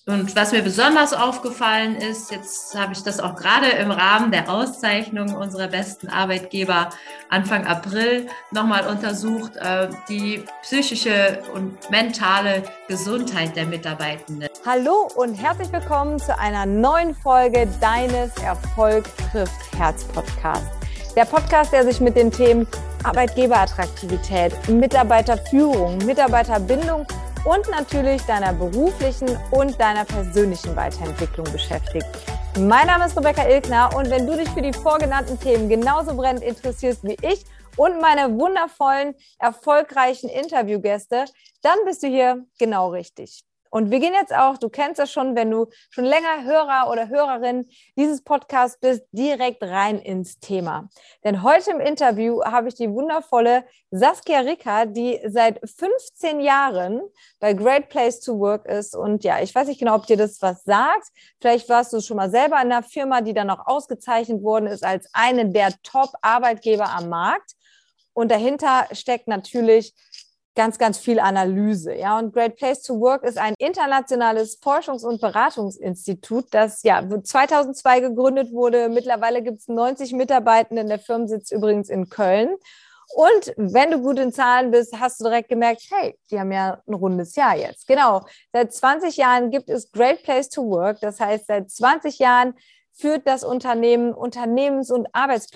Und was mir besonders aufgefallen ist, jetzt habe ich das auch gerade im Rahmen der Auszeichnung unserer besten Arbeitgeber Anfang April nochmal untersucht, die psychische und mentale Gesundheit der Mitarbeitenden. Hallo und herzlich willkommen zu einer neuen Folge deines Erfolg trifft Herz Podcast. Der Podcast, der sich mit den Themen Arbeitgeberattraktivität, Mitarbeiterführung, Mitarbeiterbindung und natürlich deiner beruflichen und deiner persönlichen Weiterentwicklung beschäftigt. Mein Name ist Rebecca Ilkner und wenn du dich für die vorgenannten Themen genauso brennend interessierst wie ich und meine wundervollen, erfolgreichen Interviewgäste, dann bist du hier genau richtig. Und wir gehen jetzt auch, du kennst das schon, wenn du schon länger Hörer oder Hörerin dieses Podcasts bist, direkt rein ins Thema. Denn heute im Interview habe ich die wundervolle Saskia Ricker, die seit 15 Jahren bei Great Place to Work ist. Und ja, ich weiß nicht genau, ob dir das was sagt. Vielleicht warst du schon mal selber in einer Firma, die dann auch ausgezeichnet worden ist als eine der Top-Arbeitgeber am Markt. Und dahinter steckt natürlich ganz, ganz viel Analyse. Ja, und Great Place to Work ist ein internationales Forschungs- und Beratungsinstitut, das ja 2002 gegründet wurde. Mittlerweile gibt es 90 Mitarbeitende. Der Firmensitz übrigens in Köln. Und wenn du gut in Zahlen bist, hast du direkt gemerkt, hey, die haben ja ein rundes Jahr jetzt. Genau, seit 20 Jahren gibt es Great Place to Work. Das heißt, seit 20 Jahren führt das Unternehmen Unternehmens- und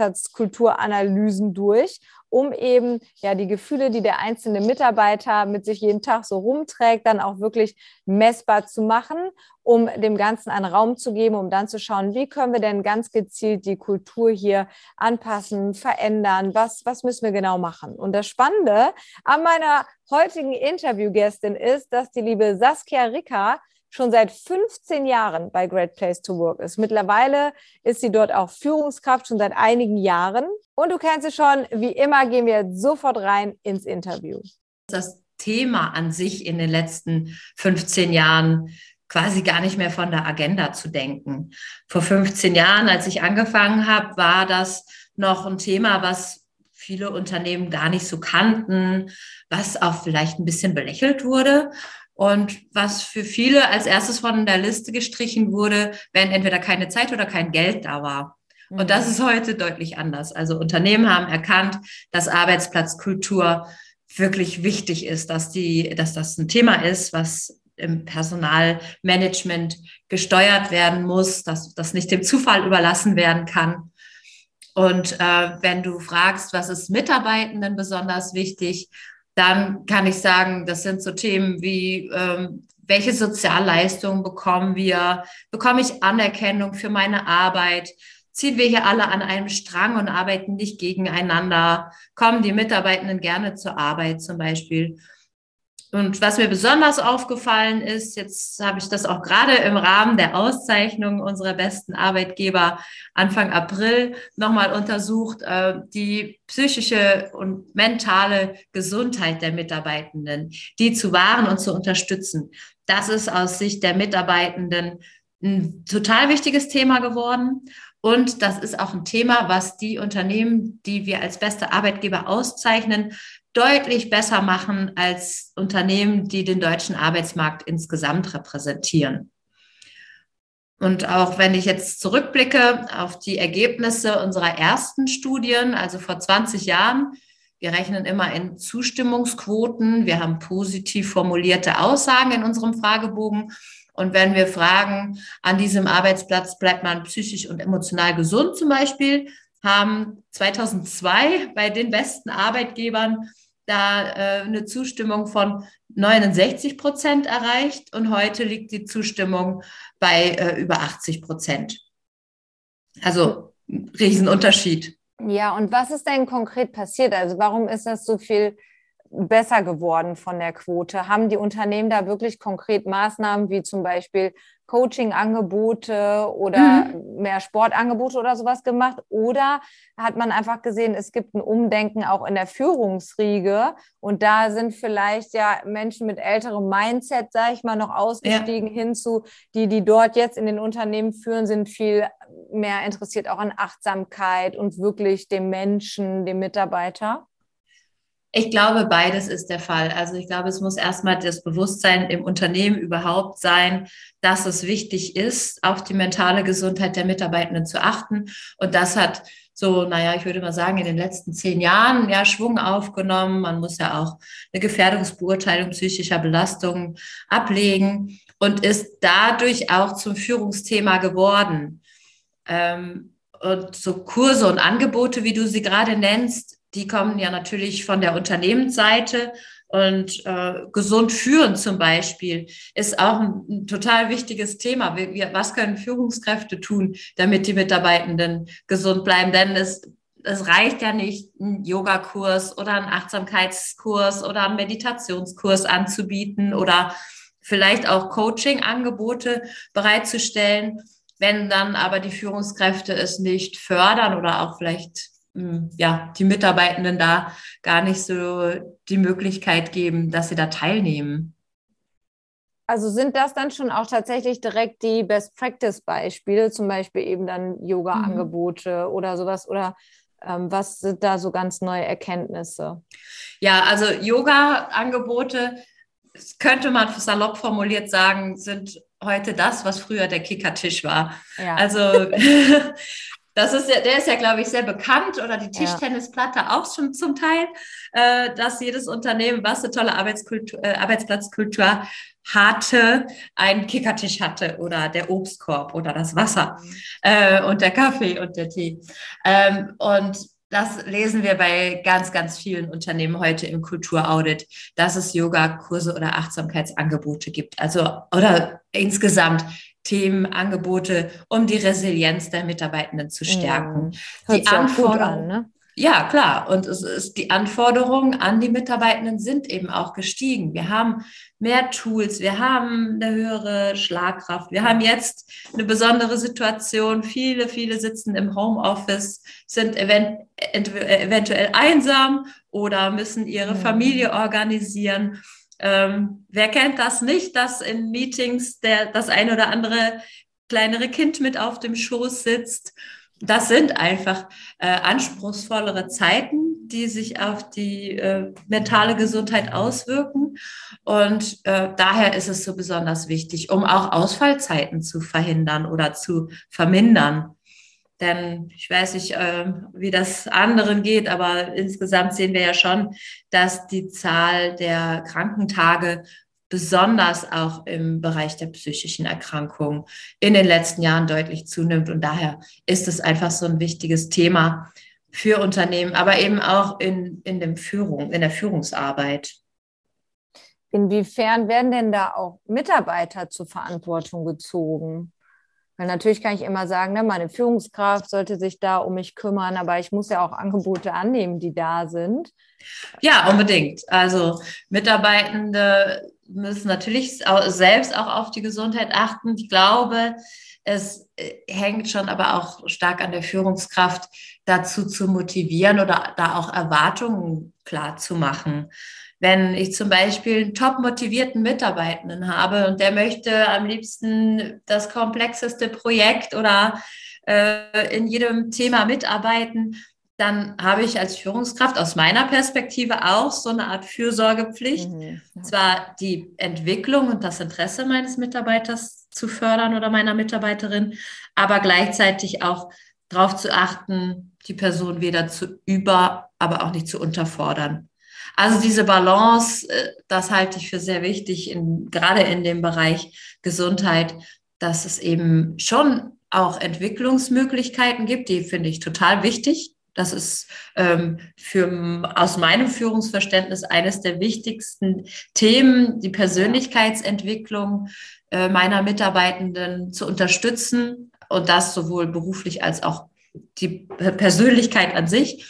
Arbeitsplatzkulturanalysen durch, um eben ja die Gefühle, die der einzelne Mitarbeiter mit sich jeden Tag so rumträgt, dann auch wirklich messbar zu machen, um dem Ganzen einen Raum zu geben, um dann zu schauen, wie können wir denn ganz gezielt die Kultur hier anpassen, verändern, was müssen wir genau machen. Und das Spannende an meiner heutigen Interviewgästin ist, dass die liebe Saskia Ricker schon seit 15 Jahren bei Great Place to Work ist. Mittlerweile ist sie dort auch Führungskraft, schon seit einigen Jahren. Und du kennst sie schon, wie immer gehen wir jetzt sofort rein ins Interview. Das Thema an sich in den letzten 15 Jahren quasi gar nicht mehr von der Agenda zu denken. Vor 15 Jahren, als ich angefangen habe, war das noch ein Thema, was viele Unternehmen gar nicht so kannten, was auch vielleicht ein bisschen belächelt wurde. Und was für viele als erstes von der Liste gestrichen wurde, wenn entweder keine Zeit oder kein Geld da war. Und das ist heute deutlich anders. Also Unternehmen haben erkannt, dass Arbeitsplatzkultur wirklich wichtig ist, dass das ein Thema ist, was im Personalmanagement gesteuert werden muss, dass das nicht dem Zufall überlassen werden kann. Und wenn du fragst, was ist Mitarbeitenden besonders wichtig, dann kann ich sagen, das sind so Themen wie, welche Sozialleistungen bekommen wir? Bekomme ich Anerkennung für meine Arbeit? Ziehen wir hier alle an einem Strang und arbeiten nicht gegeneinander? Kommen die Mitarbeitenden gerne zur Arbeit zum Beispiel? Und was mir besonders aufgefallen ist, jetzt habe ich das auch gerade im Rahmen der Auszeichnung unserer besten Arbeitgeber Anfang April nochmal untersucht, die psychische und mentale Gesundheit der Mitarbeitenden, die zu wahren und zu unterstützen. Das ist aus Sicht der Mitarbeitenden ein total wichtiges Thema geworden. Und das ist auch ein Thema, was die Unternehmen, die wir als beste Arbeitgeber auszeichnen, deutlich besser machen als Unternehmen, die den deutschen Arbeitsmarkt insgesamt repräsentieren. Und auch wenn ich jetzt zurückblicke auf die Ergebnisse unserer ersten Studien, also vor 20 Jahren, wir rechnen immer in Zustimmungsquoten, wir haben positiv formulierte Aussagen in unserem Fragebogen. Und wenn wir fragen, an diesem Arbeitsplatz bleibt man psychisch und emotional gesund zum Beispiel, haben 2002 bei den besten Arbeitgebern da eine Zustimmung von 69% erreicht und heute liegt die Zustimmung bei über 80%. Also ein Riesenunterschied. Ja, und was ist denn konkret passiert? Also warum ist das so viel besser geworden von der Quote? Haben die Unternehmen da wirklich konkret Maßnahmen wie zum Beispiel Coaching-Angebote oder mehr Sportangebote oder sowas gemacht? Oder hat man einfach gesehen, es gibt ein Umdenken auch in der Führungsriege und da sind vielleicht ja Menschen mit älterem Mindset, sage ich mal, noch ausgestiegen hinzu, die dort jetzt in den Unternehmen führen, sind viel mehr interessiert auch an Achtsamkeit und wirklich dem Menschen, dem Mitarbeiter? Ich glaube, beides ist der Fall. Also ich glaube, es muss erstmal das Bewusstsein im Unternehmen überhaupt sein, dass es wichtig ist, auf die mentale Gesundheit der Mitarbeitenden zu achten. Und das hat so, naja, ich würde mal sagen, in den letzten 10 Jahren ja Schwung aufgenommen. Man muss ja auch eine Gefährdungsbeurteilung psychischer Belastungen ablegen und ist dadurch auch zum Führungsthema geworden. Und so Kurse und Angebote, wie du sie gerade nennst, die kommen ja natürlich von der Unternehmensseite. Und gesund führen zum Beispiel ist auch ein total wichtiges Thema. Was können Führungskräfte tun, damit die Mitarbeitenden gesund bleiben? Denn es reicht ja nicht, einen Yogakurs oder einen Achtsamkeitskurs oder einen Meditationskurs anzubieten oder vielleicht auch Coaching-Angebote bereitzustellen. Wenn dann aber die Führungskräfte es nicht fördern oder auch vielleicht ja, die Mitarbeitenden da gar nicht so die Möglichkeit geben, dass sie da teilnehmen. Also sind das dann schon auch tatsächlich direkt die Best-Practice-Beispiele, zum Beispiel eben dann Yoga-Angebote oder sowas? Oder was sind da so ganz neue Erkenntnisse? Ja, also Yoga-Angebote, könnte man salopp formuliert sagen, sind heute das, was früher der Kickertisch war. Ja. Also der ist ja, glaube ich, sehr bekannt oder die Tischtennisplatte auch schon zum Teil, dass jedes Unternehmen, was eine tolle Arbeitsplatzkultur hatte, einen Kickertisch hatte oder der Obstkorb oder das Wasser und der Kaffee und der Tee. Und das lesen wir bei ganz, ganz vielen Unternehmen heute im Kulturaudit, dass es Yoga-Kurse oder Achtsamkeitsangebote gibt. Also, oder insgesamt Themenangebote, um die Resilienz der Mitarbeitenden zu stärken. Hört sich auch gut an, ne? Ja, klar. Und die Anforderungen an die Mitarbeitenden sind eben auch gestiegen. Wir haben mehr Tools, wir haben eine höhere Schlagkraft. Wir haben jetzt eine besondere Situation. Viele sitzen im Homeoffice, sind eventuell einsam oder müssen ihre Familie organisieren. Wer kennt das nicht, dass in Meetings das ein oder andere kleinere Kind mit auf dem Schoß sitzt? Das sind einfach anspruchsvollere Zeiten, die sich auf die mentale Gesundheit auswirken. Und daher ist es so besonders wichtig, um auch Ausfallzeiten zu verhindern oder zu vermindern. Denn ich weiß nicht, wie das anderen geht, aber insgesamt sehen wir ja schon, dass die Zahl der Krankentage besonders auch im Bereich der psychischen Erkrankungen in den letzten Jahren deutlich zunimmt. Und daher ist es einfach so ein wichtiges Thema für Unternehmen, aber eben auch in der Führungsarbeit. Inwiefern werden denn da auch Mitarbeiter zur Verantwortung gezogen? Weil natürlich kann ich immer sagen, ne, meine Führungskraft sollte sich da um mich kümmern, aber ich muss ja auch Angebote annehmen, die da sind. Ja, unbedingt. Also Mitarbeitende müssen natürlich selbst auch auf die Gesundheit achten. Ich glaube, es hängt schon aber auch stark an der Führungskraft, dazu zu motivieren oder da auch Erwartungen klar zu machen. Wenn ich zum Beispiel einen top motivierten Mitarbeitenden habe und der möchte am liebsten das komplexeste Projekt oder in jedem Thema mitarbeiten, dann habe ich als Führungskraft aus meiner Perspektive auch so eine Art Fürsorgepflicht, zwar die Entwicklung und das Interesse meines Mitarbeiters zu fördern oder meiner Mitarbeiterin, aber gleichzeitig auch darauf zu achten, die Person weder zu aber auch nicht zu unterfordern. Also diese Balance, das halte ich für sehr wichtig, gerade in dem Bereich Gesundheit, dass es eben schon auch Entwicklungsmöglichkeiten gibt, die finde ich total wichtig. Das ist aus meinem Führungsverständnis eines der wichtigsten Themen, die Persönlichkeitsentwicklung meiner Mitarbeitenden zu unterstützen und das sowohl beruflich als auch die Persönlichkeit an sich.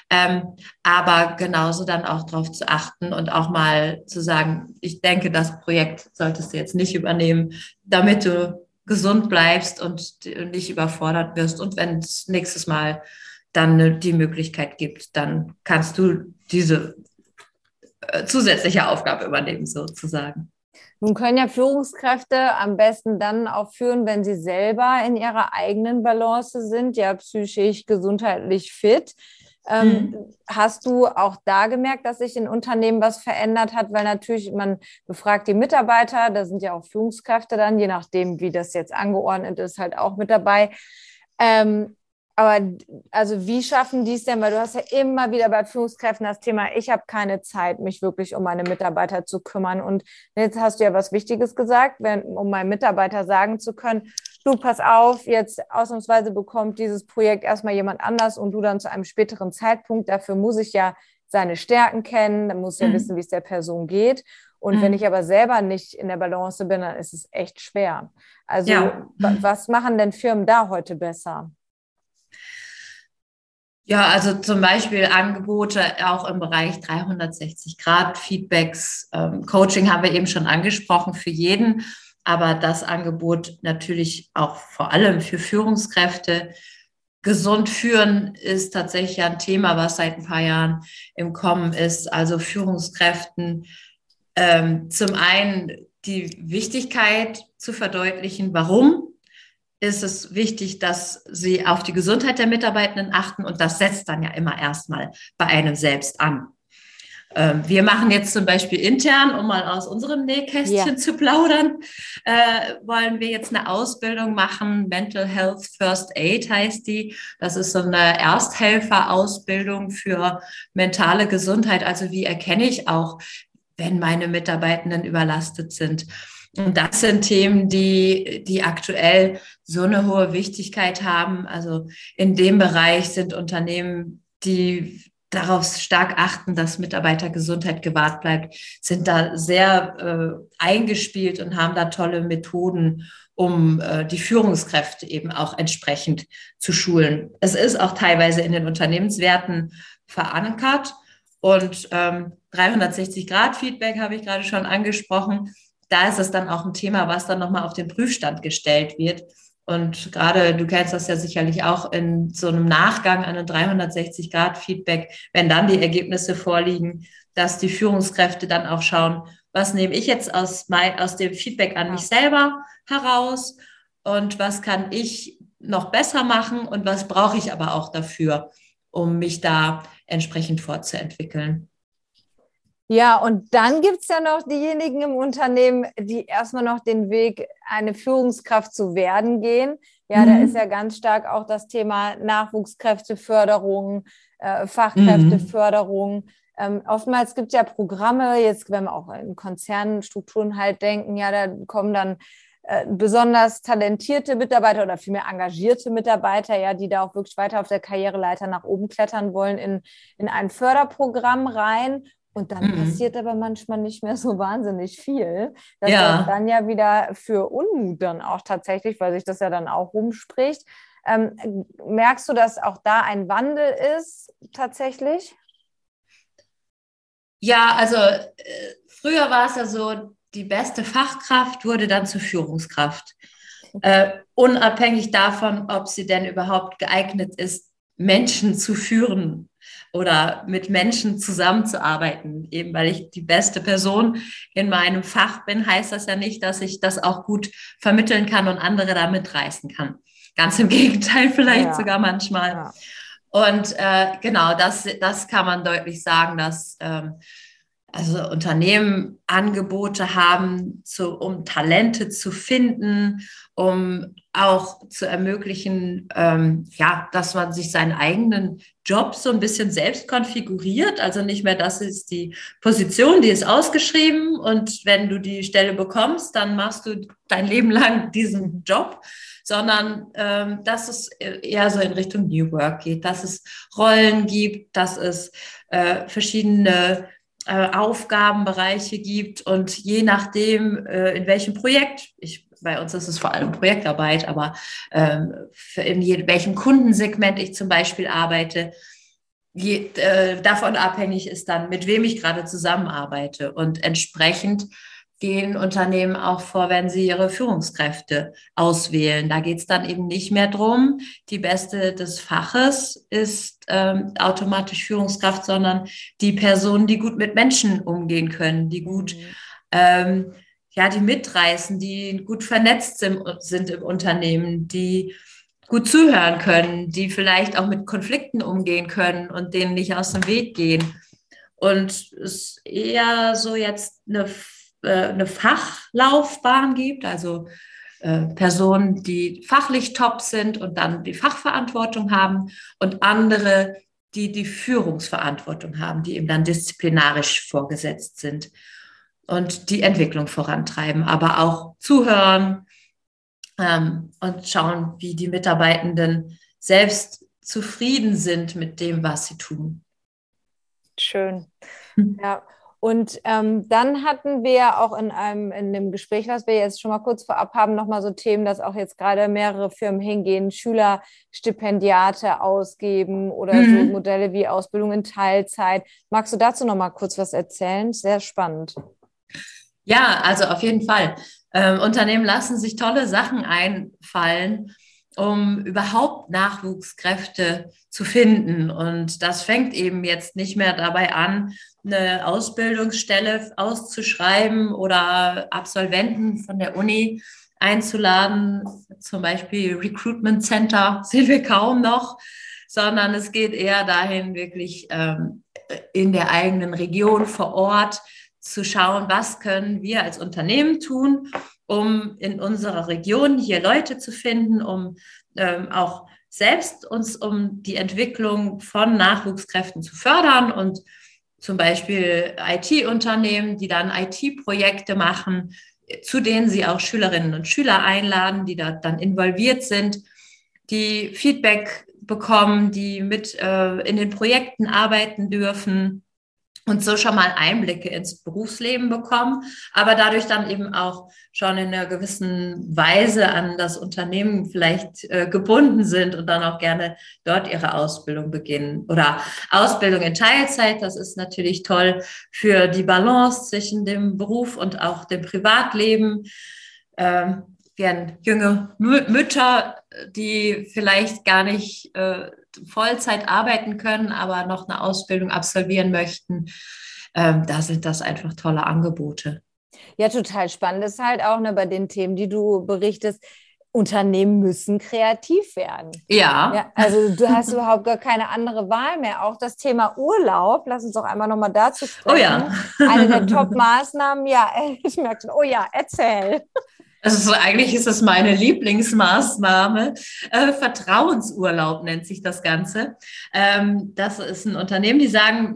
Aber genauso dann auch darauf zu achten und auch mal zu sagen, ich denke, das Projekt solltest du jetzt nicht übernehmen, damit du gesund bleibst und nicht überfordert wirst. Und wenn es nächstes Mal dann die Möglichkeit gibt, dann kannst du diese zusätzliche Aufgabe übernehmen, sozusagen. Nun können ja Führungskräfte am besten dann auch führen, wenn sie selber in ihrer eigenen Balance sind, ja psychisch, gesundheitlich fit. Hast du auch da gemerkt, dass sich in Unternehmen was verändert hat? Weil natürlich, man befragt die Mitarbeiter, da sind ja auch Führungskräfte dann, je nachdem, wie das jetzt angeordnet ist, halt auch mit dabei. Aber also wie schaffen die es denn? Weil du hast ja immer wieder bei Führungskräften das Thema, ich habe keine Zeit, mich wirklich um meine Mitarbeiter zu kümmern. Und jetzt hast du ja was Wichtiges gesagt, um meinen Mitarbeiter sagen zu können, du, pass auf, jetzt ausnahmsweise bekommt dieses Projekt erstmal jemand anders und du dann zu einem späteren Zeitpunkt. Dafür muss ich ja seine Stärken kennen, dann muss ich ja wissen, wie es der Person geht. Und wenn ich aber selber nicht in der Balance bin, dann ist es echt schwer. Also was machen denn Firmen da heute besser? Ja, also zum Beispiel Angebote auch im Bereich 360-Grad-Feedbacks. Coaching haben wir eben schon angesprochen für jeden, aber das Angebot natürlich auch vor allem für Führungskräfte. Gesund führen ist tatsächlich ein Thema, was seit ein paar Jahren im Kommen ist. Also Führungskräften zum einen die Wichtigkeit zu verdeutlichen, warum ist es wichtig, dass sie auf die Gesundheit der Mitarbeitenden achten und das setzt dann ja immer erstmal bei einem selbst an. Wir machen jetzt zum Beispiel intern, um mal aus unserem Nähkästchen zu plaudern, wollen wir jetzt eine Ausbildung machen. Mental Health First Aid heißt die. Das ist so eine Ersthelfer-Ausbildung für mentale Gesundheit. Also wie erkenne ich auch, wenn meine Mitarbeitenden überlastet sind? Und das sind Themen, die aktuell so eine hohe Wichtigkeit haben. Also in dem Bereich sind Unternehmen, die darauf stark achten, dass Mitarbeitergesundheit gewahrt bleibt, sind da sehr eingespielt und haben da tolle Methoden, um die Führungskräfte eben auch entsprechend zu schulen. Es ist auch teilweise in den Unternehmenswerten verankert und 360-Grad-Feedback habe ich gerade schon angesprochen. Da ist es dann auch ein Thema, was dann nochmal auf den Prüfstand gestellt wird. Und gerade, du kennst das ja sicherlich auch in so einem Nachgang an ein 360-Grad-Feedback, wenn dann die Ergebnisse vorliegen, dass die Führungskräfte dann auch schauen, was nehme ich jetzt aus dem Feedback an mich selber heraus und was kann ich noch besser machen und was brauche ich aber auch dafür, um mich da entsprechend fortzuentwickeln. Ja, und dann gibt es ja noch diejenigen im Unternehmen, die erstmal noch den Weg, eine Führungskraft zu werden, gehen. Ja, da ist ja ganz stark auch das Thema Nachwuchskräfteförderung, Fachkräfteförderung. Oftmals gibt es ja Programme, jetzt wenn wir auch in Konzernstrukturen halt denken, ja, da kommen dann besonders talentierte Mitarbeiter oder vielmehr engagierte Mitarbeiter, ja, die da auch wirklich weiter auf der Karriereleiter nach oben klettern wollen, in ein Förderprogramm rein. Und dann passiert aber manchmal nicht mehr so wahnsinnig viel. Das sorgt dann ja wieder für Unmut dann auch tatsächlich, weil sich das ja dann auch rumspricht. Merkst du, dass auch da ein Wandel ist tatsächlich? Ja, also früher war es ja so, die beste Fachkraft wurde dann zur Führungskraft. Unabhängig davon, ob sie denn überhaupt geeignet ist, Menschen zu führen oder mit Menschen zusammenzuarbeiten. Eben weil ich die beste Person in meinem Fach bin, heißt das ja nicht, dass ich das auch gut vermitteln kann und andere da mitreißen kann. Ganz im Gegenteil, vielleicht sogar manchmal. Ja. Und genau, das kann man deutlich sagen, dass also Unternehmen Angebote haben, um Talente zu finden, um auch zu ermöglichen, dass man sich seinen eigenen Job so ein bisschen selbst konfiguriert. Also nicht mehr, das ist die Position, die ist ausgeschrieben und wenn du die Stelle bekommst, dann machst du dein Leben lang diesen Job, sondern dass es eher so in Richtung New Work geht, dass es Rollen gibt, dass es verschiedene Aufgabenbereiche gibt und je nachdem, in welchem Projekt, bei uns ist es vor allem Projektarbeit, aber in welchem Kundensegment ich zum Beispiel arbeite, davon abhängig ist dann, mit wem ich gerade zusammenarbeite und entsprechend gehen Unternehmen auch vor, wenn sie ihre Führungskräfte auswählen. Da geht es dann eben nicht mehr drum, die Beste des Faches ist automatisch Führungskraft, sondern die Personen, die gut mit Menschen umgehen können, die gut, die mitreißen, die gut vernetzt sind im Unternehmen, die gut zuhören können, die vielleicht auch mit Konflikten umgehen können und denen nicht aus dem Weg gehen. Und es eher so jetzt eine Fachlaufbahn gibt, also Personen, die fachlich top sind und dann die Fachverantwortung haben und andere, die die Führungsverantwortung haben, die eben dann disziplinarisch vorgesetzt sind und die Entwicklung vorantreiben, aber auch zuhören und schauen, wie die Mitarbeitenden selbst zufrieden sind mit dem, was sie tun. Schön. Ja. Und dann hatten wir auch in dem Gespräch, was wir jetzt schon mal kurz vorab haben, nochmal so Themen, dass auch jetzt gerade mehrere Firmen hingehen, Schülerstipendiate ausgeben oder so Modelle wie Ausbildung in Teilzeit. Magst du dazu nochmal kurz was erzählen? Sehr spannend. Ja, also auf jeden Fall. Unternehmen lassen sich tolle Sachen einfallen, um überhaupt Nachwuchskräfte zu finden. Und das fängt eben jetzt nicht mehr dabei an, eine Ausbildungsstelle auszuschreiben oder Absolventen von der Uni einzuladen. Zum Beispiel Recruitment Center sehen wir kaum noch, sondern es geht eher dahin, wirklich in der eigenen Region vor Ort zu schauen, was können wir als Unternehmen tun, um in unserer Region hier Leute zu finden, um auch selbst uns um die Entwicklung von Nachwuchskräften zu fördern und zum Beispiel IT-Unternehmen, die dann IT-Projekte machen, zu denen sie auch Schülerinnen und Schüler einladen, die da dann involviert sind, die Feedback bekommen, die mit in den Projekten arbeiten dürfen und so schon mal Einblicke ins Berufsleben bekommen, aber dadurch dann eben auch schon in einer gewissen Weise an das Unternehmen vielleicht gebunden sind und dann auch gerne dort ihre Ausbildung beginnen. Oder Ausbildung in Teilzeit, das ist natürlich toll für die Balance zwischen dem Beruf und auch dem Privatleben. Werden junge Mütter, die vielleicht gar nicht Vollzeit arbeiten können, aber noch eine Ausbildung absolvieren möchten. Da sind das einfach tolle Angebote. Ja, total spannend ist halt auch bei den Themen, die du berichtest, Unternehmen müssen kreativ werden. Ja. Also du hast überhaupt gar keine andere Wahl mehr. Auch das Thema Urlaub, lass uns doch einmal nochmal dazu sprechen. Oh ja. Eine der Top-Maßnahmen, ja, ich merke schon, oh ja, erzähl. Also eigentlich ist es meine Lieblingsmaßnahme. Vertrauensurlaub nennt sich das Ganze. Das ist ein Unternehmen, die sagen,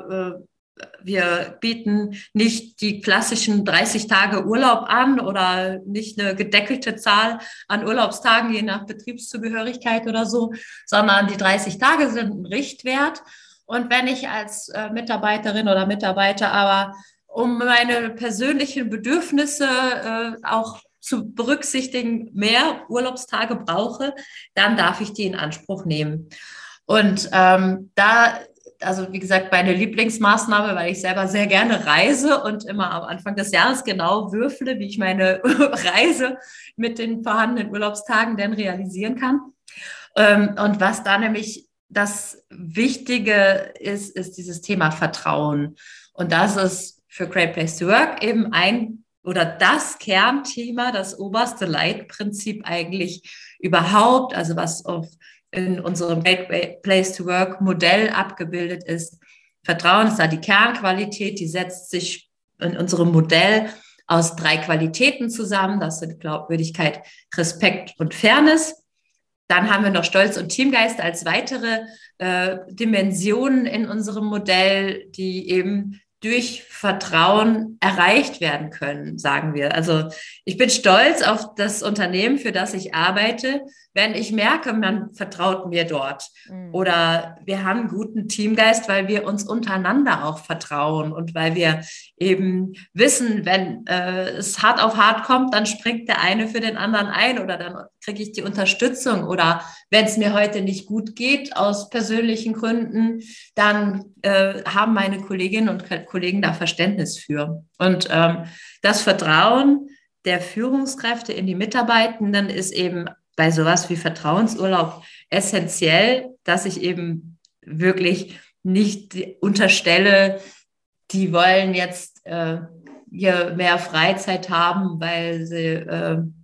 wir bieten nicht die klassischen 30 Tage Urlaub an oder nicht eine gedeckelte Zahl an Urlaubstagen, je nach Betriebszugehörigkeit oder so, sondern die 30 Tage sind ein Richtwert. Und wenn ich als Mitarbeiterin oder Mitarbeiter aber um meine persönlichen Bedürfnisse auch zu berücksichtigen, mehr Urlaubstage brauche, dann darf ich die in Anspruch nehmen. Und also wie gesagt, meine Lieblingsmaßnahme, weil ich selber sehr gerne reise und immer am Anfang des Jahres genau würfle, wie ich meine Reise mit den vorhandenen Urlaubstagen denn realisieren kann. Und was da nämlich das Wichtige ist, ist dieses Thema Vertrauen. Und das ist für Great Place to Work eben das Kernthema, das oberste Leitprinzip eigentlich überhaupt, also was in unserem Great Place to Work Modell abgebildet ist. Vertrauen ist da die Kernqualität, die setzt sich in unserem Modell aus 3 Qualitäten zusammen. Das sind Glaubwürdigkeit, Respekt und Fairness. Dann haben wir noch Stolz und Teamgeist als weitere Dimensionen in unserem Modell, die eben durch Vertrauen erreicht werden können, sagen wir. Also ich bin stolz auf das Unternehmen, für das ich arbeite, wenn ich merke, man vertraut mir dort. Oder wir haben einen guten Teamgeist, weil wir uns untereinander auch vertrauen und weil wir eben wissen, wenn es hart auf hart kommt, dann springt der eine für den anderen ein oder dann kriege ich die Unterstützung. Oder wenn es mir heute nicht gut geht aus persönlichen Gründen, dann haben meine Kolleginnen und Kollegen da Verständnis für. Und das Vertrauen der Führungskräfte in die Mitarbeitenden ist eben bei sowas wie Vertrauensurlaub essentiell, dass ich eben wirklich nicht unterstelle, die wollen jetzt hier mehr Freizeit haben, weil sie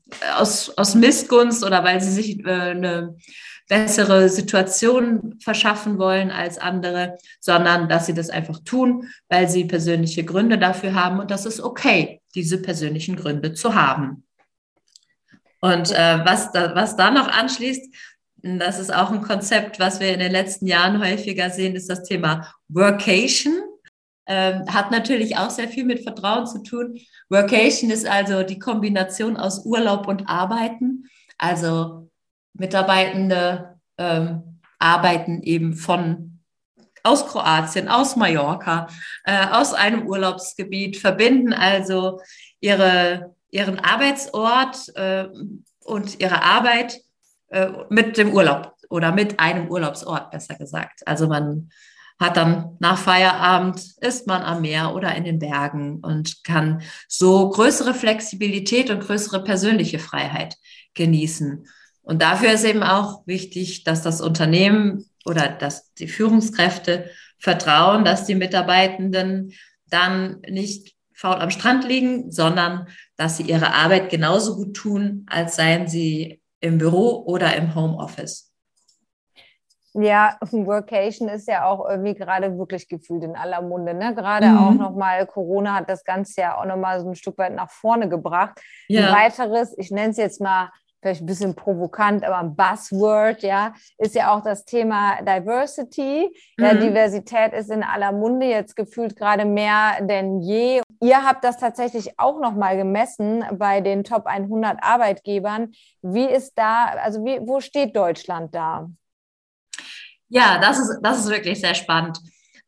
aus Missgunst oder weil sie sich eine bessere Situation verschaffen wollen als andere, sondern dass sie das einfach tun, weil sie persönliche Gründe dafür haben. Und das ist okay, diese persönlichen Gründe zu haben. Und was da noch anschließt, das ist auch ein Konzept, was wir in den letzten Jahren häufiger sehen, ist das Thema Workation. Hat natürlich auch sehr viel mit Vertrauen zu tun. Workation ist also die Kombination aus Urlaub und Arbeiten. Also Mitarbeitende arbeiten eben aus Kroatien, aus Mallorca, aus einem Urlaubsgebiet, verbinden also ihren Arbeitsort und ihre Arbeit mit dem Urlaub oder mit einem Urlaubsort, besser gesagt. Also man hat dann nach Feierabend, ist man am Meer oder in den Bergen und kann so größere Flexibilität und größere persönliche Freiheit genießen. Und dafür ist eben auch wichtig, dass das Unternehmen oder dass die Führungskräfte vertrauen, dass die Mitarbeitenden dann nicht faul am Strand liegen, sondern dass sie ihre Arbeit genauso gut tun, als seien sie im Büro oder im Homeoffice. Ja, Workation ist ja auch irgendwie gerade wirklich gefühlt in aller Munde, ne? Gerade auch nochmal, Corona hat das Ganze ja auch nochmal so ein Stück weit nach vorne gebracht. Ja. Ein weiteres, ich nenne es jetzt mal vielleicht ein bisschen provokant, aber ein Buzzword, ja, ist ja auch das Thema Diversity. Ja, Diversität ist in aller Munde, jetzt gefühlt gerade mehr denn je. Ihr habt das tatsächlich auch nochmal gemessen bei den Top 100 Arbeitgebern. Wie ist da, also wo steht Deutschland da? Ja, das ist wirklich sehr spannend.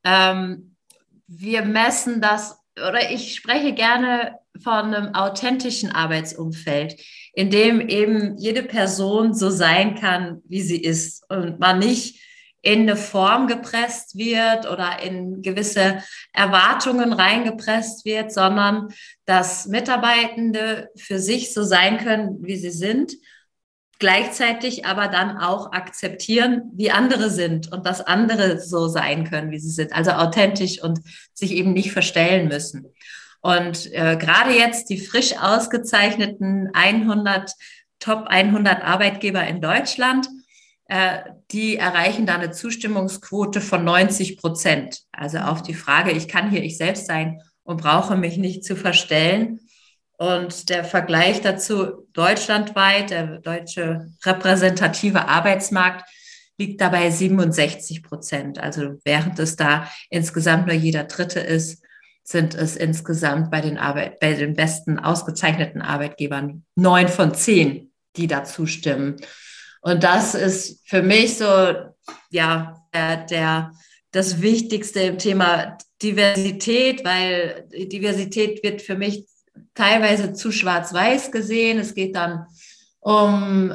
Wir messen das, oder ich spreche gerne von einem authentischen Arbeitsumfeld, in dem eben jede Person so sein kann, wie sie ist und man nicht in eine Form gepresst wird oder in gewisse Erwartungen reingepresst wird, sondern dass Mitarbeitende für sich so sein können, wie sie sind, gleichzeitig aber dann auch akzeptieren, wie andere sind und dass andere so sein können, wie sie sind, also authentisch und sich eben nicht verstellen müssen. Und gerade jetzt die frisch ausgezeichneten Top 100 Arbeitgeber in Deutschland, die erreichen da eine Zustimmungsquote von 90%. Also auf die Frage, ich kann hier ich selbst sein und brauche mich nicht zu verstellen. Und der Vergleich dazu deutschlandweit, der deutsche repräsentative Arbeitsmarkt, liegt dabei 67%. Also während es da insgesamt nur jeder Dritte ist, sind es insgesamt bei den besten ausgezeichneten Arbeitgebern 9 von 10, die da zustimmen. Und das ist für mich so, ja, das Wichtigste im Thema Diversität, weil Diversität wird für mich teilweise zu schwarz-weiß gesehen. Es geht dann um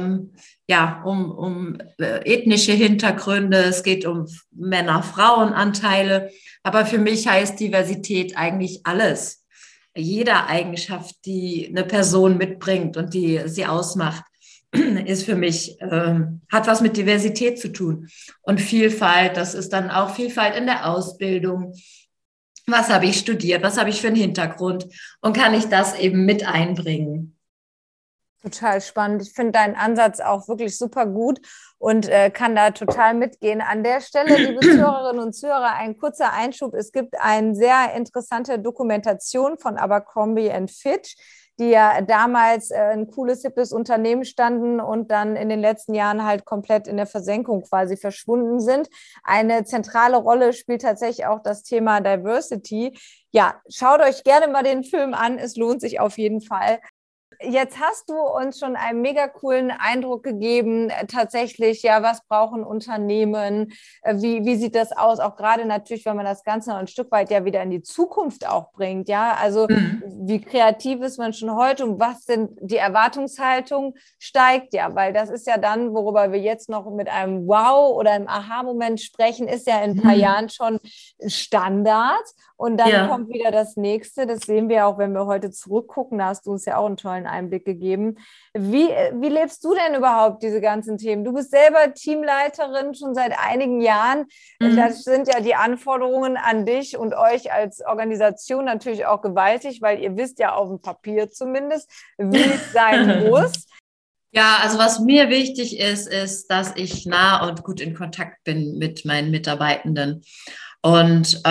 ethnische Hintergründe, es geht um Männer-Frauen-Anteile. Aber für mich heißt Diversität eigentlich alles. Jede Eigenschaft, die eine Person mitbringt und die sie ausmacht, ist für mich, hat was mit Diversität zu tun. Und Vielfalt, das ist dann auch Vielfalt in der Ausbildung. Was habe ich studiert? Was habe ich für einen Hintergrund? Und kann ich das eben mit einbringen? Total spannend. Ich finde deinen Ansatz auch wirklich super gut und kann da total mitgehen. An der Stelle, liebe Zuhörerinnen und Zuhörer, ein kurzer Einschub. Es gibt eine sehr interessante Dokumentation von Abercrombie & Fitch, die ja damals ein cooles, hippes Unternehmen standen und dann in den letzten Jahren halt komplett in der Versenkung quasi verschwunden sind. Eine zentrale Rolle spielt tatsächlich auch das Thema Diversity. Ja, schaut euch gerne mal den Film an. Es lohnt sich auf jeden Fall. Jetzt hast du uns schon einen mega coolen Eindruck gegeben, tatsächlich, ja, was brauchen Unternehmen, wie sieht das aus, auch gerade natürlich, wenn man das Ganze noch ein Stück weit ja wieder in die Zukunft auch bringt, ja, also wie kreativ ist man schon heute und was sind die Erwartungshaltung steigt, ja, weil das ist ja dann, worüber wir jetzt noch mit einem Wow oder einem Aha-Moment sprechen, ist ja in ein paar Jahren schon Standard Und dann Ja. kommt wieder das Nächste. Das sehen wir auch, wenn wir heute zurückgucken. Da hast du uns ja auch einen tollen Einblick gegeben. Wie lebst du denn überhaupt diese ganzen Themen? Du bist selber Teamleiterin schon seit einigen Jahren. Das sind ja die Anforderungen an dich und euch als Organisation natürlich auch gewaltig, weil ihr wisst ja auf dem Papier zumindest, wie es sein muss. Ja, also was mir wichtig ist, dass ich nah und gut in Kontakt bin mit meinen Mitarbeitenden. Und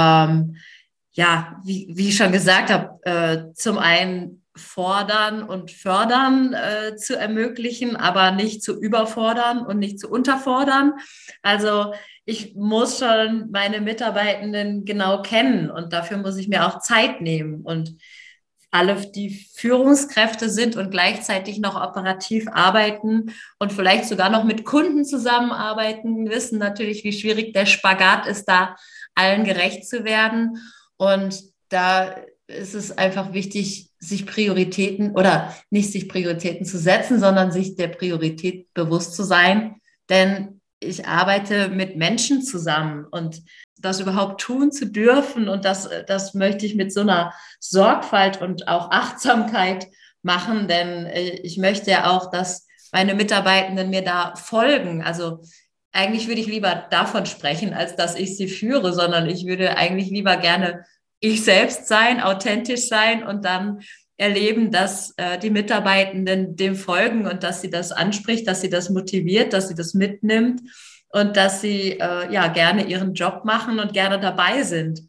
ja, wie ich schon gesagt habe, zum einen fordern und fördern zu ermöglichen, aber nicht zu überfordern und nicht zu unterfordern. Also ich muss schon meine Mitarbeitenden genau kennen und dafür muss ich mir auch Zeit nehmen. Und alle, die Führungskräfte sind und gleichzeitig noch operativ arbeiten und vielleicht sogar noch mit Kunden zusammenarbeiten, wissen natürlich, wie schwierig der Spagat ist, da allen gerecht zu werden. Und da ist es einfach wichtig, sich Prioritäten oder nicht sich Prioritäten zu setzen, sondern sich der Priorität bewusst zu sein. Denn ich arbeite mit Menschen zusammen und das überhaupt tun zu dürfen und das möchte ich mit so einer Sorgfalt und auch Achtsamkeit machen, denn ich möchte ja auch, dass meine Mitarbeitenden mir da folgen. Also eigentlich würde ich lieber davon sprechen, als dass ich sie führe, sondern ich würde eigentlich lieber gerne ich selbst sein, authentisch sein und dann erleben, dass die Mitarbeitenden dem folgen und dass sie das anspricht, dass sie das motiviert, dass sie das mitnimmt und dass sie ja gerne ihren Job machen und gerne dabei sind.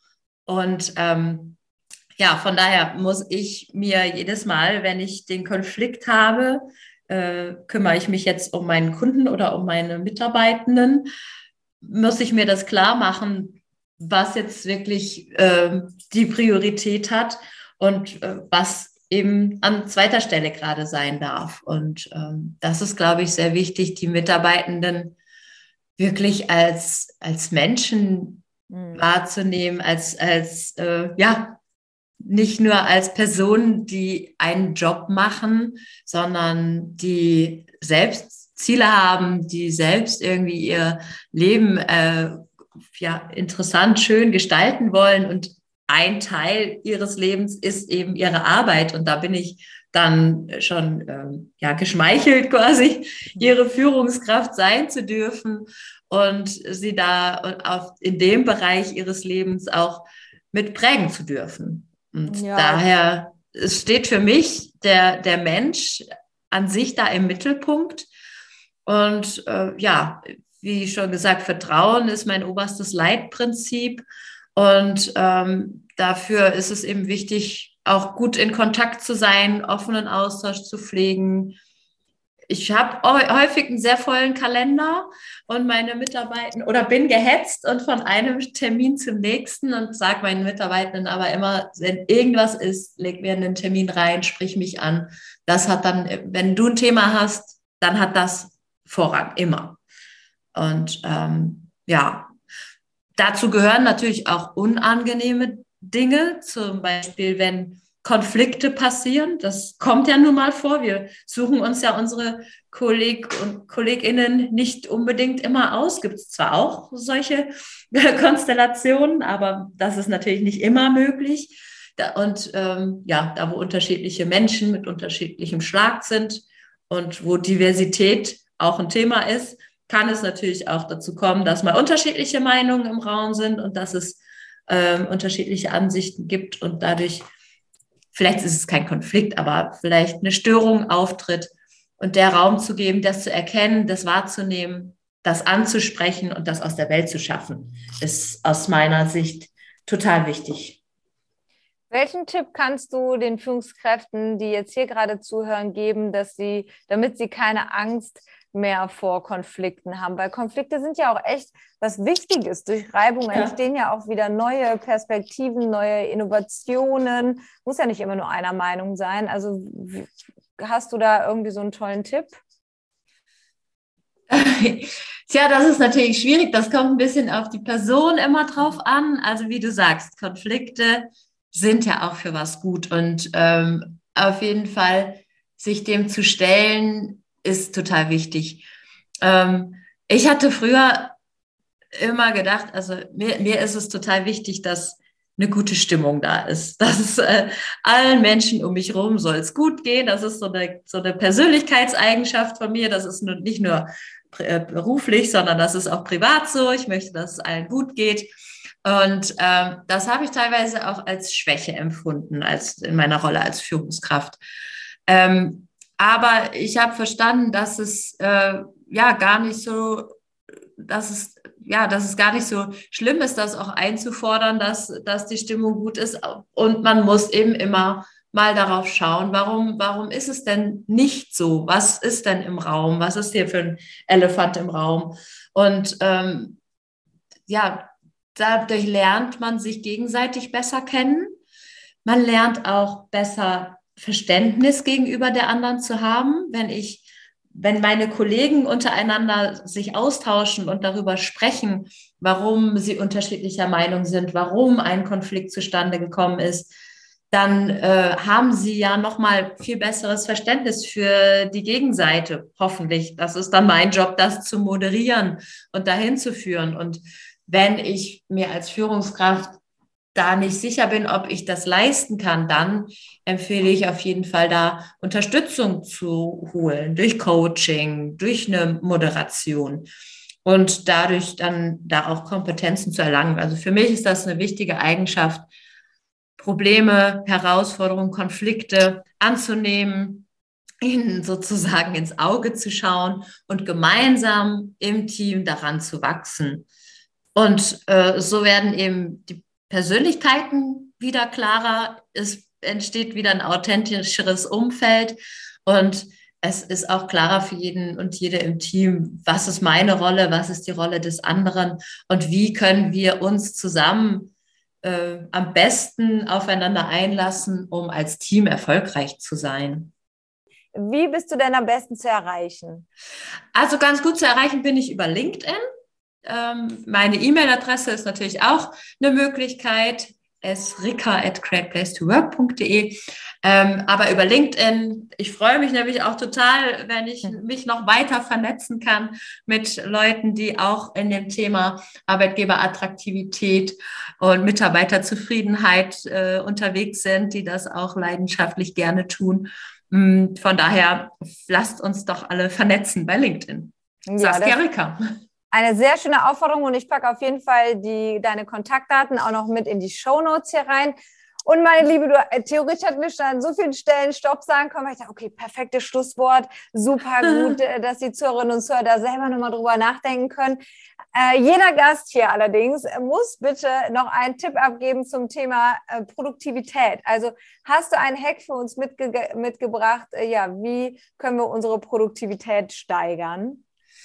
Und ja, von daher muss ich mir jedes Mal, wenn ich den Konflikt habe, kümmere ich mich jetzt um meinen Kunden oder um meine Mitarbeitenden, muss ich mir das klar machen, was jetzt wirklich die Priorität hat und was eben an zweiter Stelle gerade sein darf. Und das ist, glaube ich, sehr wichtig, die Mitarbeitenden wirklich als Menschen wahrzunehmen, als ja, nicht nur als Personen, die einen Job machen, sondern die selbst Ziele haben, die selbst irgendwie ihr Leben ja, interessant, schön gestalten wollen. Und ein Teil ihres Lebens ist eben ihre Arbeit. Und da bin ich dann schon ja, geschmeichelt quasi, ihre Führungskraft sein zu dürfen und sie da in dem Bereich ihres Lebens auch mit prägen zu dürfen. Und Ja. daher, es steht für mich der Mensch an sich da im Mittelpunkt. Und ja, wie schon gesagt, Vertrauen ist mein oberstes Leitprinzip. Und dafür ist es eben wichtig, auch gut in Kontakt zu sein, offenen Austausch zu pflegen. Ich habe häufig einen sehr vollen Kalender und meine Mitarbeitenden oder bin gehetzt und von einem Termin zum nächsten und sage meinen Mitarbeitenden aber immer, wenn irgendwas ist, leg mir einen Termin rein, sprich mich an. Das hat dann, wenn du ein Thema hast, dann hat das Vorrang, immer. Und ja, dazu gehören natürlich auch unangenehme Dinge, zum Beispiel, wenn Konflikte passieren. Das kommt ja nun mal vor. Wir suchen uns ja unsere KollegInnen nicht unbedingt immer aus. Gibt es zwar auch solche Konstellationen, aber das ist natürlich nicht immer möglich. Und ja, da wo unterschiedliche Menschen mit unterschiedlichem Schlag sind und wo Diversität auch ein Thema ist, kann es natürlich auch dazu kommen, dass mal unterschiedliche Meinungen im Raum sind und dass es unterschiedliche Ansichten gibt und dadurch, vielleicht ist es kein Konflikt, aber vielleicht eine Störung auftritt und der Raum zu geben, das zu erkennen, das wahrzunehmen, das anzusprechen und das aus der Welt zu schaffen, ist aus meiner Sicht total wichtig. Welchen Tipp kannst du den Führungskräften, die jetzt hier gerade zuhören, geben, damit sie keine Angst mehr vor Konflikten haben? Weil Konflikte sind ja auch echt was Wichtiges. Durch Reibung entstehen ja auch wieder neue Perspektiven, neue Innovationen. Muss ja nicht immer nur einer Meinung sein. Also hast du da irgendwie so einen tollen Tipp? Tja, das ist natürlich schwierig. Das kommt ein bisschen auf die Person immer drauf an. Also wie du sagst, Konflikte sind ja auch für was gut. Und auf jeden Fall sich dem zu stellen, ist total wichtig. Ich hatte früher immer gedacht, also mir ist es total wichtig, dass eine gute Stimmung da ist. Dass es allen Menschen um mich herum soll es gut gehen. Das ist so eine Persönlichkeitseigenschaft von mir. Das ist nicht nur beruflich, sondern das ist auch privat so. Ich möchte, dass es allen gut geht. Und das habe ich teilweise auch als Schwäche empfunden, als in meiner Rolle als Führungskraft. Aber ich habe verstanden, dass es gar nicht so, dass es gar nicht so schlimm ist, das auch einzufordern, dass die Stimmung gut ist. Und man muss eben immer mal darauf schauen, warum ist es denn nicht so? Was ist denn im Raum? Was ist hier für ein Elefant im Raum? Und dadurch lernt man sich gegenseitig besser kennen. Man lernt auch besser Verständnis gegenüber der anderen zu haben. Wenn meine Kollegen untereinander sich austauschen und darüber sprechen, warum sie unterschiedlicher Meinung sind, warum ein Konflikt zustande gekommen ist, dann haben sie ja nochmal viel besseres Verständnis für die Gegenseite, hoffentlich. Das ist dann mein Job, das zu moderieren und dahin zu führen. Und wenn ich mir als Führungskraft da nicht sicher bin, ob ich das leisten kann, dann empfehle ich auf jeden Fall, da Unterstützung zu holen, durch Coaching, durch eine Moderation und dadurch dann da auch Kompetenzen zu erlangen. Also für mich ist das eine wichtige Eigenschaft, Probleme, Herausforderungen, Konflikte anzunehmen, ihnen sozusagen ins Auge zu schauen und gemeinsam im Team daran zu wachsen. Und so werden eben die Persönlichkeiten wieder klarer, es entsteht wieder ein authentischeres Umfeld und es ist auch klarer für jeden und jede im Team, was ist meine Rolle, was ist die Rolle des anderen und wie können wir uns zusammen am besten aufeinander einlassen, um als Team erfolgreich zu sein. Wie bist du denn am besten zu erreichen? Also ganz gut zu erreichen bin ich über LinkedIn. Meine E-Mail-Adresse ist natürlich auch eine Möglichkeit, srika@greatplacetowork.de. Aber über LinkedIn, ich freue mich nämlich auch total, wenn ich mich noch weiter vernetzen kann mit Leuten, die auch in dem Thema Arbeitgeberattraktivität und Mitarbeiterzufriedenheit unterwegs sind, die das auch leidenschaftlich gerne tun. Von daher, lasst uns doch alle vernetzen bei LinkedIn. Ja, Saskia Rika. Eine sehr schöne Aufforderung und ich packe auf jeden Fall deine Kontaktdaten auch noch mit in die Shownotes hier rein. Und meine Liebe, theoretisch hätten wir schon an so vielen Stellen Stopp sagen können, weil ich dachte, okay, perfektes Schlusswort, super gut, dass die Zuhörerinnen und Zuhörer da selber nochmal drüber nachdenken können. Jeder Gast hier allerdings muss bitte noch einen Tipp abgeben zum Thema Produktivität. Also hast du einen Hack für uns mitgebracht? Wie können wir unsere Produktivität steigern?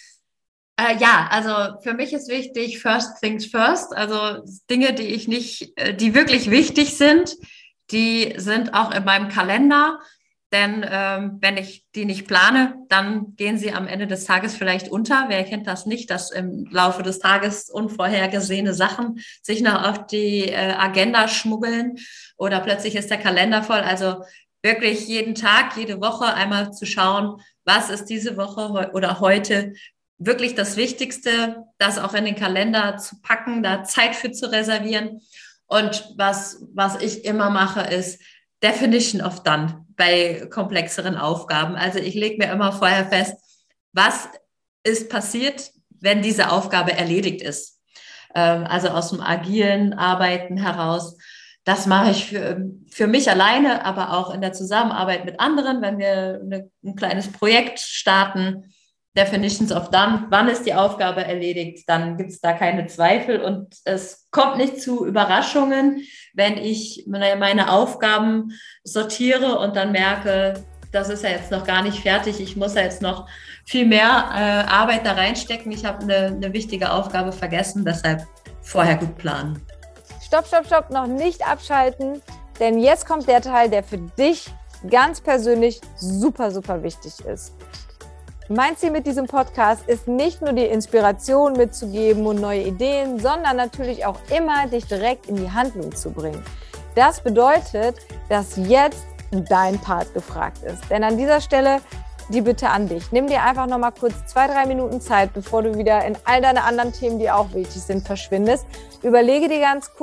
Also für mich ist wichtig, first things first, also Dinge, die wirklich wichtig sind, die sind auch in meinem Kalender, denn wenn ich die nicht plane, dann gehen sie am Ende des Tages vielleicht unter. Wer kennt das nicht, dass im Laufe des Tages unvorhergesehene Sachen sich noch auf die Agenda schmuggeln oder plötzlich ist der Kalender voll, also wirklich jeden Tag, jede Woche einmal zu schauen, was ist diese Woche oder heute wirklich das Wichtigste, das auch in den Kalender zu packen, da Zeit für zu reservieren. Und was ich immer mache, ist Definition of Done bei komplexeren Aufgaben. Also ich lege mir immer vorher fest, was ist passiert, wenn diese Aufgabe erledigt ist. Also aus dem agilen Arbeiten heraus. Das mache ich für mich alleine, aber auch in der Zusammenarbeit mit anderen, wenn wir ein kleines Projekt starten. Definitions of Done, wann ist die Aufgabe erledigt, dann gibt es da keine Zweifel und es kommt nicht zu Überraschungen, wenn ich meine Aufgaben sortiere und dann merke, das ist ja jetzt noch gar nicht fertig, ich muss ja jetzt noch viel mehr Arbeit da reinstecken, ich habe eine wichtige Aufgabe vergessen, deshalb vorher gut planen. Stopp, noch nicht abschalten, denn jetzt kommt der Teil, der für dich ganz persönlich super, super wichtig ist. Mein Ziel mit diesem Podcast ist nicht nur die Inspiration mitzugeben und neue Ideen, sondern natürlich auch immer dich direkt in die Handlung zu bringen. Das bedeutet, dass jetzt dein Part gefragt ist. Denn an dieser Stelle die Bitte an dich. Nimm dir einfach nochmal kurz 2-3 Minuten Zeit, bevor du wieder in all deine anderen Themen, die auch wichtig sind, verschwindest. Überlege dir ganz kurz,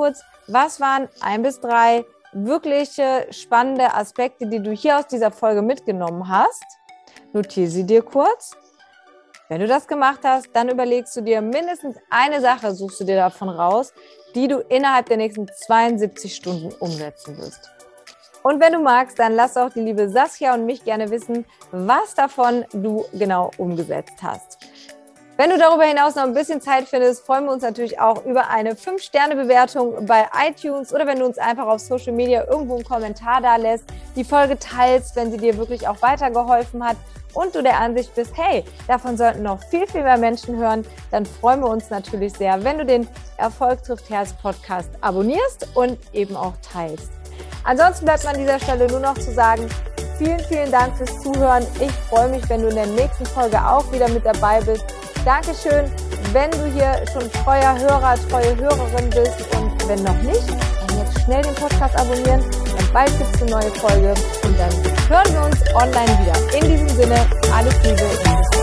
was waren 1 bis 3 wirkliche spannende Aspekte, die du hier aus dieser Folge mitgenommen hast. Notiere sie dir kurz. Wenn du das gemacht hast, dann überlegst du dir mindestens eine Sache, suchst du dir davon raus, die du innerhalb der nächsten 72 Stunden umsetzen wirst. Und wenn du magst, dann lass auch die liebe Saskia und mich gerne wissen, was davon du genau umgesetzt hast. Wenn du darüber hinaus noch ein bisschen Zeit findest, freuen wir uns natürlich auch über eine 5-Sterne-Bewertung bei iTunes oder wenn du uns einfach auf Social Media irgendwo einen Kommentar da lässt, die Folge teilst, wenn sie dir wirklich auch weitergeholfen hat und du der Ansicht bist, hey, davon sollten noch viel, viel mehr Menschen hören, dann freuen wir uns natürlich sehr, wenn du den Erfolg trifft Herz Podcast abonnierst und eben auch teilst. Ansonsten bleibt mir an dieser Stelle nur noch zu sagen, vielen, vielen Dank fürs Zuhören. Ich freue mich, wenn du in der nächsten Folge auch wieder mit dabei bist. Dankeschön, wenn du hier schon treuer Hörer, treue Hörerin bist und wenn noch nicht, dann jetzt schnell den Podcast abonnieren, denn bald gibt es eine neue Folge und dann hören wir uns online wieder. In diesem Sinne, alles Liebe und bis